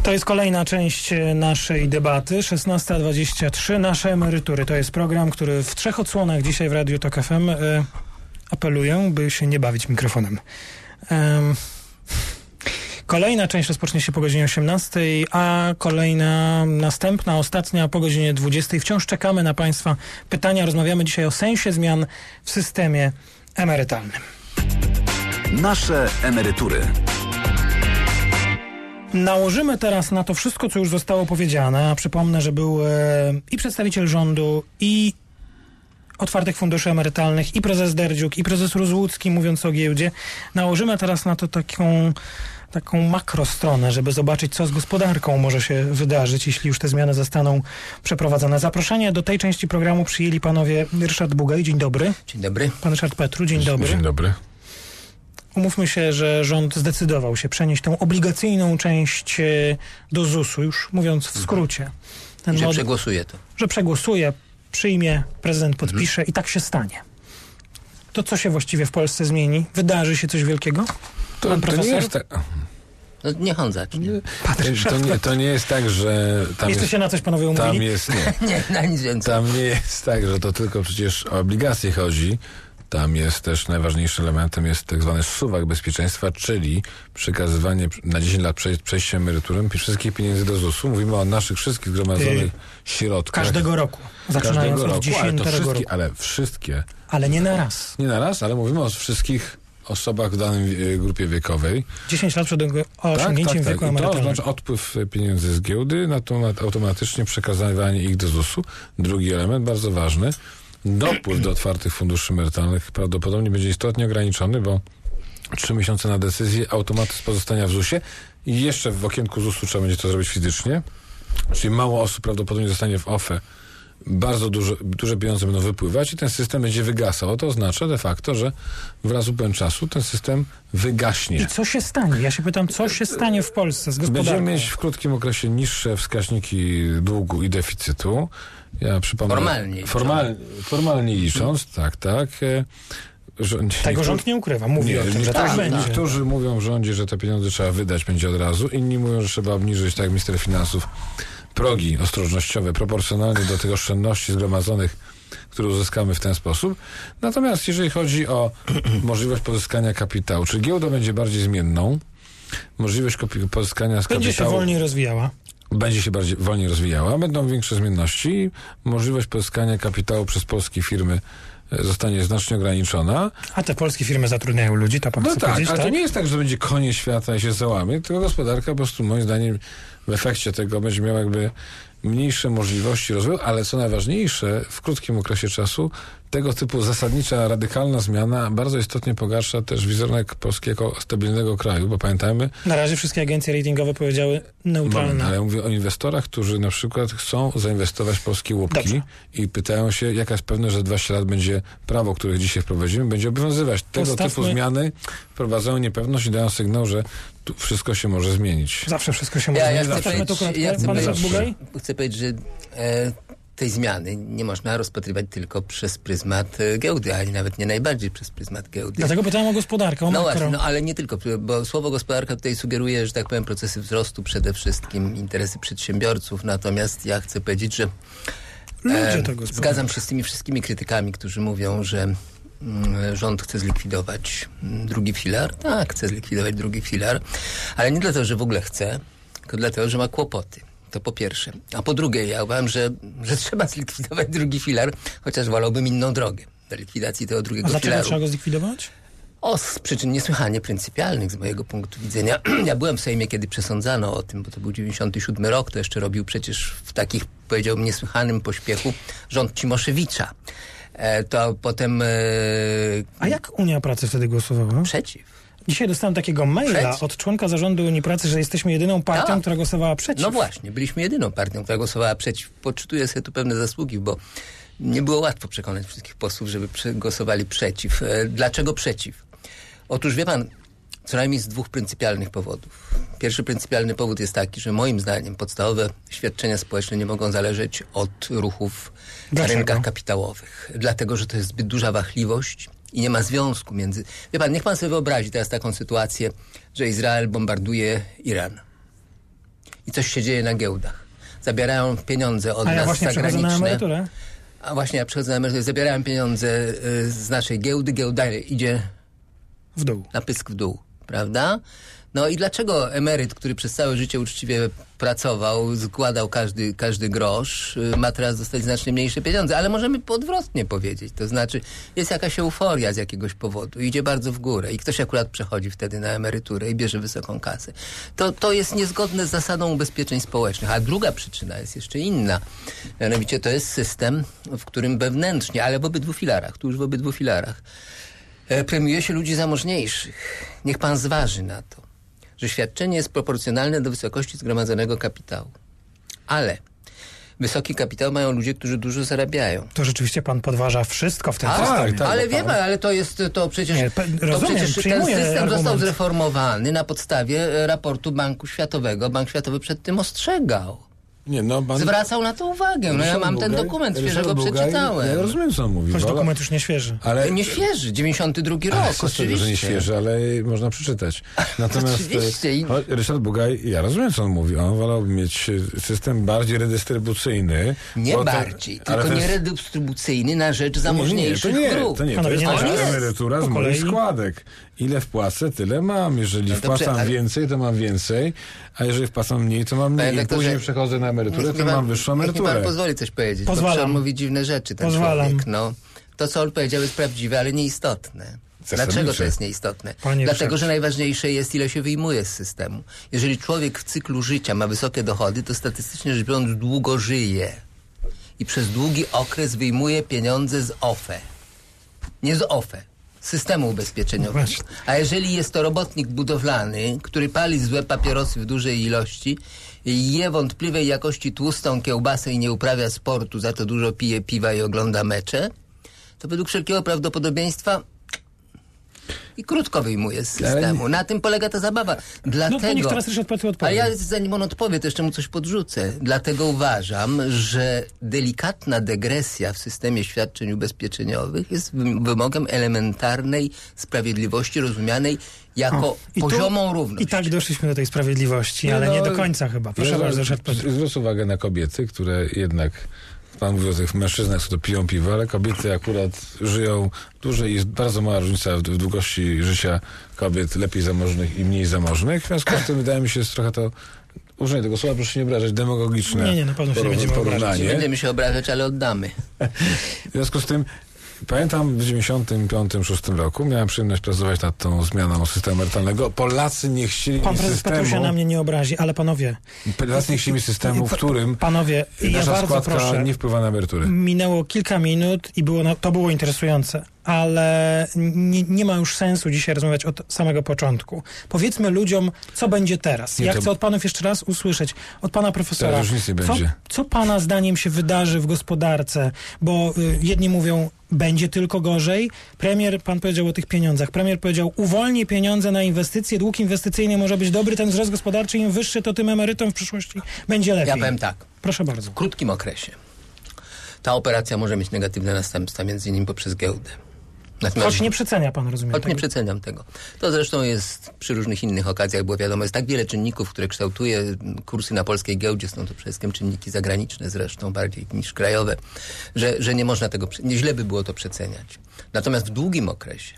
To jest kolejna część naszej debaty, 16:23, nasze emerytury. To jest program, który w 3 odsłonach dzisiaj w Radiu Tok FM apeluję, by się nie bawić mikrofonem. Kolejna część rozpocznie się po godzinie 18, a kolejna, następna, ostatnia po godzinie 20. Wciąż czekamy na Państwa pytania. Rozmawiamy dzisiaj o sensie zmian w systemie emerytalnym. Nasze emerytury. Nałożymy teraz na to wszystko, co już zostało powiedziane, a przypomnę, że był i przedstawiciel rządu, i otwartych funduszy emerytalnych, i prezes Derdziuk, i prezes Rozłucki, mówiąc o giełdzie. Nałożymy teraz na to taką makrostronę, żeby zobaczyć, co z gospodarką może się wydarzyć, jeśli już te zmiany zostaną przeprowadzone. Zaproszenie do tej części programu przyjęli panowie Ryszard Bugaj. Dzień dobry. Dzień dobry. Pan Ryszard Petru. Dzień dobry. Dzień dobry. Umówmy się, że rząd zdecydował się przenieść tą obligacyjną część do ZUS-u, już mówiąc w skrócie. Że przegłosuje to. Że przegłosuje, przyjmie, prezydent podpisze i tak się stanie. To co się właściwie w Polsce zmieni? Wydarzy się coś wielkiego? Pan profesor? To nie jest tak... No, niech on zacznie. To nie jest tak, że... Jeszcze się na coś panowie umówili? Tam jest... Nie, na nic więcej. Tam nie jest tak, że to tylko przecież o obligacje chodzi. Tam jest też najważniejszym elementem jest tak zwany suwak bezpieczeństwa, czyli przekazywanie na 10 lat przejścia emeryturą wszystkich pieniędzy do ZUS-u. Mówimy o naszych wszystkich zgromadzonych środkach. Każdego roku. Zaczynając od 10 roku. Ale wszystkie. Ale nie na raz. Nie na raz, ale mówimy o wszystkich osobach w danej grupie wiekowej. 10 lat przed osiągnięciem wieku emerytalnego. To znaczy odpływ pieniędzy z giełdy, natomiast automatycznie przekazywanie ich do ZUS-u. Drugi element, bardzo ważny. Dopływ do otwartych funduszy emerytalnych prawdopodobnie będzie istotnie ograniczony, bo 3 miesiące na decyzję, automatyzm pozostania w ZUS-ie i jeszcze w okienku ZUS-u trzeba będzie to zrobić fizycznie, czyli mało osób prawdopodobnie zostanie w OFE. Bardzo duże pieniądze będą wypływać i ten system będzie wygasał. To oznacza de facto, że wraz z upływem czasu ten system wygaśnie. I co się stanie? Ja się pytam, co się stanie w Polsce z gospodarką? Będziemy mieć w krótkim okresie niższe wskaźniki długu i deficytu. Ja przypomnę... Formalnie licząc, tak. Tego rząd nie ukrywa. Mówi o tym, że tak będzie. Niektórzy mówią w rządzie, że te pieniądze trzeba wydać będzie od razu. Inni mówią, że trzeba obniżyć, tak jak minister finansów, progi ostrożnościowe proporcjonalnie do tych oszczędności zgromadzonych, które uzyskamy w ten sposób. Natomiast jeżeli chodzi o możliwość pozyskania kapitału, czy giełda będzie bardziej zmienną, możliwość pozyskania z kapitału... Będzie się wolniej rozwijała. Będzie się wolniej rozwijała, będą większe zmienności, możliwość pozyskania kapitału przez polskie firmy zostanie znacznie ograniczona. A te polskie firmy zatrudniają ludzi, to pan chce powiedzieć, ale tak? to nie jest tak, że będzie koniec świata i się załamie, tylko gospodarka po prostu moim zdaniem w efekcie tego będzie miała jakby mniejsze możliwości rozwoju, ale co najważniejsze, w krótkim okresie czasu tego typu zasadnicza, radykalna zmiana bardzo istotnie pogarsza też wizerunek Polski jako stabilnego kraju, bo pamiętajmy... Na razie wszystkie agencje ratingowe powiedziały neutralne. Ale ja mówię o inwestorach, którzy na przykład chcą zainwestować w polskie łupki i pytają się, jaka jest pewność, że 20 lat będzie prawo, które dzisiaj wprowadzimy, będzie obowiązywać. Tego typu zmiany wprowadzają niepewność i dają sygnał, że tu wszystko się może zmienić. Zawsze wszystko się może zmienić. Chcę powiedzieć, że tej zmiany nie można rozpatrywać tylko przez pryzmat giełdy, ani nawet nie najbardziej przez pryzmat giełdy. Dlatego pytałem o gospodarkę, o makro. Właśnie, ale nie tylko, bo słowo gospodarka tutaj sugeruje, że tak powiem, procesy wzrostu, przede wszystkim interesy przedsiębiorców, natomiast ja chcę powiedzieć, że zgadzam się z tymi wszystkimi krytykami, którzy mówią, że rząd chce zlikwidować drugi filar. Tak, chce zlikwidować drugi filar, ale nie dlatego, że w ogóle chce, tylko dlatego, że ma kłopoty. To po pierwsze. A po drugie, ja uważam, że trzeba zlikwidować drugi filar, chociaż wolałbym inną drogę do likwidacji tego drugiego filaru. A dlaczego trzeba go zlikwidować? Z przyczyn niesłychanie pryncypialnych z mojego punktu widzenia. Ja byłem w Sejmie, kiedy przesądzano o tym, bo to był 97 rok, to jeszcze robił przecież w takich, powiedziałbym, niesłychanym pośpiechu rząd Cimoszewicza. To potem... A jak Unia Pracy wtedy głosowała? Przeciw. Dzisiaj dostałem takiego maila od członka zarządu Unii Pracy, że jesteśmy jedyną partią, która głosowała przeciw. No właśnie, byliśmy jedyną partią, która głosowała przeciw. Poczytuję sobie tu pewne zasługi, bo nie było łatwo przekonać wszystkich posłów, żeby głosowali przeciw. Dlaczego przeciw? Otóż wie pan, co najmniej z 2 pryncypialnych powodów. Pierwszy pryncypialny powód jest taki, że moim zdaniem podstawowe świadczenia społeczne nie mogą zależeć od ruchów na rynkach kapitałowych. Dlatego, że to jest zbyt duża wahliwość i nie ma związku między... Wie pan, niech pan sobie wyobrazi teraz taką sytuację, że Izrael bombarduje Iran. I coś się dzieje na giełdach. Zabierają pieniądze od nas właśnie zagraniczne. Na emeryturę. A właśnie ja przychodzę na emeryturę. Zabierają pieniądze z naszej giełdy. Giełda idzie w dół. Na pysk w dół, prawda? No i dlaczego emeryt, który przez całe życie uczciwie pracował, składał każdy grosz, ma teraz dostać znacznie mniejsze pieniądze? Ale możemy odwrotnie powiedzieć. To znaczy, jest jakaś euforia z jakiegoś powodu, idzie bardzo w górę i ktoś akurat przechodzi wtedy na emeryturę i bierze wysoką kasę. To jest niezgodne z zasadą ubezpieczeń społecznych. A druga przyczyna jest jeszcze inna. Mianowicie to jest system, w którym wewnętrznie, ale w obydwu filarach, tu już w obydwu filarach, premiuje się ludzi zamożniejszych. Niech pan zważy na to, że świadczenie jest proporcjonalne do wysokości zgromadzonego kapitału. Ale wysoki kapitał mają ludzie, którzy dużo zarabiają. To rzeczywiście pan podważa wszystko w tym systemie. Tak, ale wie pan, ale to przecież... Nie, rozumiem, ten system argument. Został zreformowany na podstawie raportu Banku Światowego. Bank Światowy przed tym ostrzegał. Nie, no, zwracał na to uwagę. No ja mam ten dokument, świeżo go przeczytałem. Ja rozumiem, co on mówi. Choć dokument już nie świeży. Ale nie świeży, 92 rok, oczywiście. Że nie świeży, ale można przeczytać. Natomiast oczywiście. Ryszard Bugaj, ja rozumiem, co on mówi. On wolałby mieć system bardziej redystrybucyjny. Nie bardziej, tylko nie redystrybucyjny na rzecz zamożniejszych grup. To jest nasza emerytura z moich składek. Ile wpłacę, tyle mam. Jeżeli wpłacam więcej, to mam więcej, a jeżeli wpłacam mniej, to mam mniej. I później przechodzę na emeryturę, to mam wyższą emeryturę. Niech mi pan pozwoli coś powiedzieć, Pozwalam. bo on mówi dziwne rzeczy, ten człowiek. No, to, co on powiedział, jest prawdziwe, ale nieistotne. Dlaczego to jest nieistotne? Dlatego, że najważniejsze jest, ile się wyjmuje z systemu. Jeżeli człowiek w cyklu życia ma wysokie dochody, to statystycznie rzecz biorąc długo żyje. I przez długi okres wyjmuje pieniądze z OFE. Nie z OFE. Systemu ubezpieczeniowego. A jeżeli jest to robotnik budowlany, który pali złe papierosy w dużej ilości, je wątpliwej jakości tłustą kiełbasę i nie uprawia sportu, za to dużo pije piwa i ogląda mecze, to według wszelkiego prawdopodobieństwa i krótko wyjmuje z systemu. Na tym polega ta zabawa. Dlatego, to niech teraz Ryszard odpowie. ale ja, zanim on odpowie, to jeszcze mu coś podrzucę. Dlatego uważam, że delikatna degresja w systemie świadczeń ubezpieczeniowych jest wymogiem elementarnej sprawiedliwości rozumianej jako poziomą równość. I tak doszliśmy do tej sprawiedliwości, ale nie do końca chyba. Proszę bardzo, Ryszard. Zwróć uwagę na kobiety, które jednak... Pan mówi o tych mężczyznach, którzy piją piwo, ale kobiety akurat żyją dłużej i jest bardzo mała różnica w długości życia kobiet lepiej zamożnych i mniej zamożnych. W związku z tym wydaje mi się, jest trochę to, użyję tego słowa, proszę się nie obrażać, demagogiczne Nie, na pewno się nie będziemy obrażać. Nie będziemy się obrażać, ale oddamy. W związku z tym pamiętam w 95-96 roku miałem przyjemność pracować nad tą zmianą systemu emerytalnego. Polacy nie chcieli Pan prezes Petru się na mnie nie obrazi, ale panowie... Polacy nie chcieli systemu, w którym panowie, nasza ja bardzo składka proszę, nie wpływa na emerytury. Minęło kilka minut i to było interesujące, ale nie ma już sensu dzisiaj rozmawiać od samego początku. Powiedzmy ludziom, co będzie teraz. Ja chcę od panów jeszcze raz usłyszeć, od pana profesora, teraz już nic nie będzie. Co pana zdaniem się wydarzy w gospodarce, bo jedni mówią, będzie tylko gorzej. Pan powiedział o tych pieniądzach. Premier powiedział, uwolni pieniądze na inwestycje, dług inwestycyjny może być dobry, ten wzrost gospodarczy im wyższy, to tym emerytom w przyszłości będzie lepiej. Ja powiem tak. Proszę bardzo. W krótkim okresie ta operacja może mieć negatywne następstwa, między innymi poprzez giełdę. Choć nie przecenia pan, rozumiem. Choć nie przeceniam tego. To zresztą jest przy różnych innych okazjach, bo wiadomo, jest tak wiele czynników, które kształtuje kursy na polskiej giełdzie, są to przede wszystkim czynniki zagraniczne zresztą, bardziej niż krajowe, że nie można tego, źle by było to przeceniać. Natomiast w długim okresie,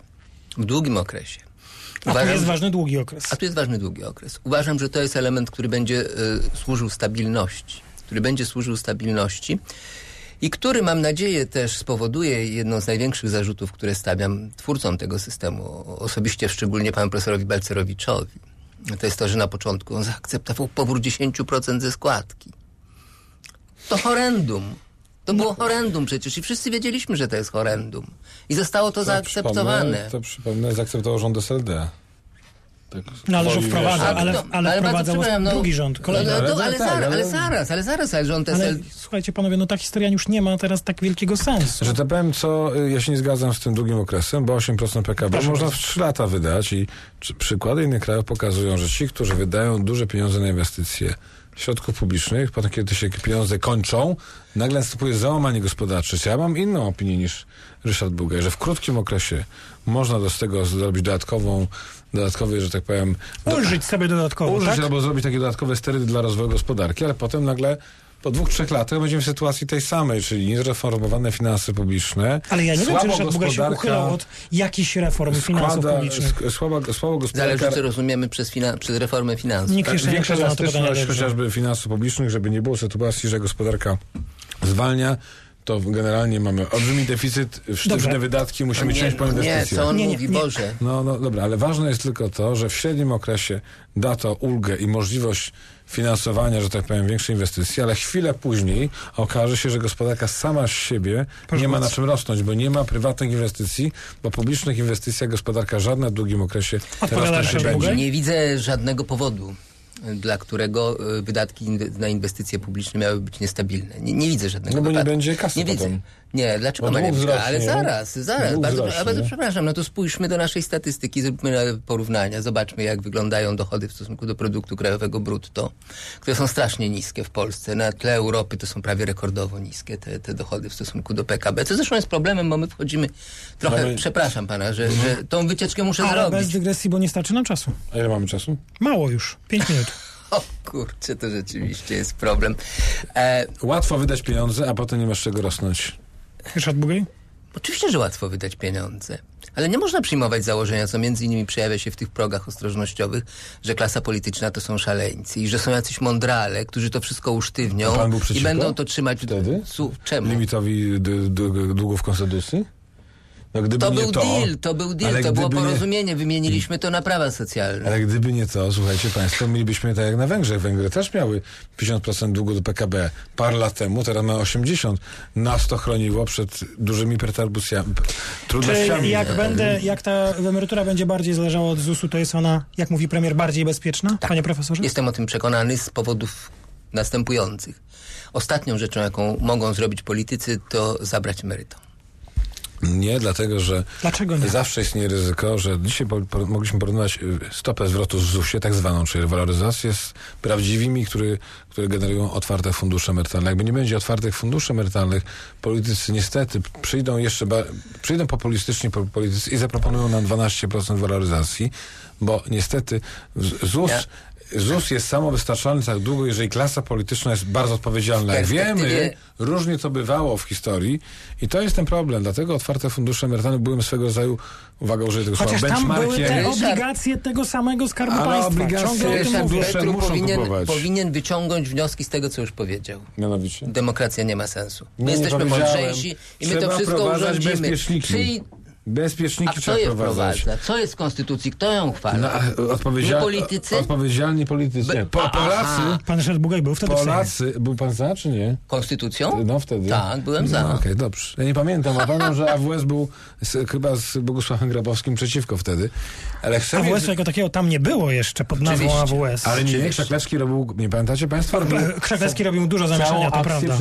A tu jest ważny długi okres. A tu jest ważny długi okres. Uważam, że to jest element, który będzie służył stabilności, i który, mam nadzieję, też spowoduje jedną z największych zarzutów, które stawiam twórcom tego systemu, osobiście szczególnie panu profesorowi Balcerowiczowi. To jest to, że na początku on zaakceptował pobór 10% ze składki. To horrendum. To było horrendum przecież i wszyscy wiedzieliśmy, że to jest horrendum. I zostało to zaakceptowane. Przypomnę, zaakceptował rząd SLD. Tak, ale że wprowadza, ale wprowadzał drugi rząd. Ale zaraz, rząd SLD... Słuchajcie panowie, ta historia już nie ma teraz tak wielkiego sensu. Że to powiem, ja się nie zgadzam z tym długim okresem, bo 8% PKB można w 3 lata wydać i przykłady innych krajów pokazują, że ci, którzy wydają duże pieniądze na inwestycje środków publicznych, potem kiedy się pieniądze kończą, nagle następuje załamanie gospodarcze. Ja mam inną opinię niż Ryszard Bugaj, że w krótkim okresie można z tego zrobić dodatkową dodatkowy, że tak powiem... Ulżyć sobie dodatkowo, ulżyć tak? albo zrobić takie dodatkowe sterydy dla rozwoju gospodarki, ale potem nagle po 2-3 latach będziemy w sytuacji tej samej, czyli niezreformowane finanse publiczne. Ale ja nie wiem, czy Ryszard Bugaj się uchylał od jakichś reform finansów publicznych. Słabo gospodarka... Zależy, co rozumiemy przez reformę finansów. Nikt jeszcze nie odpowiedział na to pytanie. Chociażby finansów publicznych, żeby nie było sytuacji, że gospodarka zwalnia, to generalnie mamy olbrzymi deficyt, sztywne wydatki, musimy ciąć po inwestycjach. Nie, co on mówi, Boże. No dobra, ale ważne jest tylko to, że w średnim okresie da to ulgę i możliwość finansowania, że tak powiem, większej inwestycji, ale chwilę później okaże się, że gospodarka sama z siebie nie ma na czym rosnąć, bo nie ma prywatnych inwestycji, bo publicznych inwestycjach gospodarka żadna w długim okresie rosnąć nie będzie. Nie widzę żadnego powodu, dla którego wydatki na inwestycje publiczne miały być niestabilne. Nie widzę żadnego No bo wypadku. nie będzie kasy nie potem. Widzę. Nie, dlaczego ma nie być? Ale zaraz. Bardzo przepraszam, no to spójrzmy do naszej statystyki, zróbmy porównania, zobaczmy, jak wyglądają dochody w stosunku do produktu krajowego brutto, które są strasznie niskie w Polsce. Na tle Europy to są prawie rekordowo niskie te dochody w stosunku do PKB, co zresztą jest problemem, bo my wchodzimy trochę, przepraszam pana, że tą wycieczkę muszę zrobić. Ale bez dygresji, bo nie starczy nam czasu. A ile mamy czasu? Mało już. 5 minut. O kurczę, to rzeczywiście jest problem. Łatwo wydać pieniądze, a potem nie masz czego rosnąć. Ryszard Bugaj? Oczywiście, że łatwo wydać pieniądze, ale nie można przyjmować założenia, co między innymi przejawia się w tych progach ostrożnościowych, że klasa polityczna to są szaleńcy i że są jacyś mądrale, którzy to wszystko usztywnią i będą to trzymać... Wtedy? Czemu? Limitowi długów konstytucji? No, to był deal, to było porozumienie, wymieniliśmy to na prawa socjalne. Ale gdyby nie to, słuchajcie państwo, mielibyśmy tak jak na Węgrzech. Węgry też miały 50% długu do PKB parę lat temu, teraz ma 80%. Nas to chroniło przed dużymi trudnościami. Czyli jak ta emerytura będzie bardziej zależała od ZUS-u, to jest ona, jak mówi premier, bardziej bezpieczna, tak. Panie profesorze? Jestem o tym przekonany z powodów następujących. Ostatnią rzeczą, jaką mogą zrobić politycy, to zabrać emerytom. Nie, dlatego że zawsze istnieje ryzyko, że dzisiaj mogliśmy porównać stopę zwrotu z ZUS-ie, tak zwaną, czyli waloryzację z prawdziwymi, które generują otwarte fundusze emerytalne. Jakby nie będzie otwartych funduszy emerytalnych, politycy niestety przyjdą populistycznie politycy i zaproponują nam 12% waloryzacji, bo niestety ZUS jest samowystarczalny tak długo, jeżeli klasa polityczna jest bardzo odpowiedzialna. Jak wiemy, różnie to bywało w historii i to jest ten problem. Dlatego otwarte fundusze emerytalne były swego rodzaju, uwaga, użyję tego słowa, benchmarkiem. Chociaż tam były te obligacje tego samego Skarbu Państwa. Obligacje powinien wyciągnąć wnioski z tego, co już powiedział. Mianowicie? Demokracja nie ma sensu. My jesteśmy mądrzejsi i my to wszystko urządzimy. Bezpieczniki trzeba prowadzić. Co jest w Konstytucji? Kto ją uchwala? Nie politycy? Odpowiedzialni politycy. Polacy. Pan Ryszard Bugaj był wtedy był pan za, czy nie? Konstytucją? No wtedy. Tak, byłem za. Okej, dobrze. Ja nie pamiętam, a pamiętam, że AWS był chyba z Bogusławem Grabowskim przeciwko wtedy. Ale AWS jako takiego tam nie było jeszcze pod nazwą AWS. Ale nie, Krzaklewski robił, nie pamiętacie państwo? Krzaklewski robił dużo zamieszania, to prawda.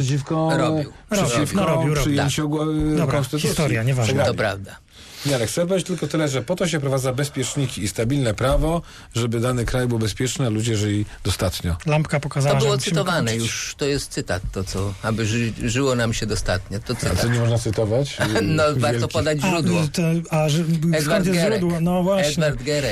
Robił. Przyjęciu konstytucji. Historia, nieważne. To prawda. Nie, ale chcę powiedzieć tylko tyle, że po to się prowadza bezpieczniki i stabilne prawo, żeby dany kraj był bezpieczny, a ludzie żyli dostatnio. Lampka pokazała, to było cytowane już, to jest cytat, to co, aby żyło nam się dostatnio. To cytat. A co nie można cytować? No, warto podać źródło. Skąd jest źródło? No właśnie. Edward Gierek.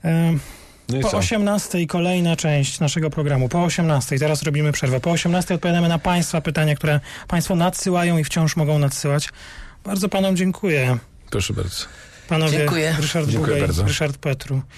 Po 18:00 kolejna część naszego programu. Po 18:00 teraz robimy przerwę. Po 18:00 odpowiadamy na Państwa pytania, które Państwo nadsyłają i wciąż mogą nadsyłać. Bardzo Panom dziękuję. Proszę bardzo. Panowie, dziękuję. Ryszard Bugaj, Ryszard Petru.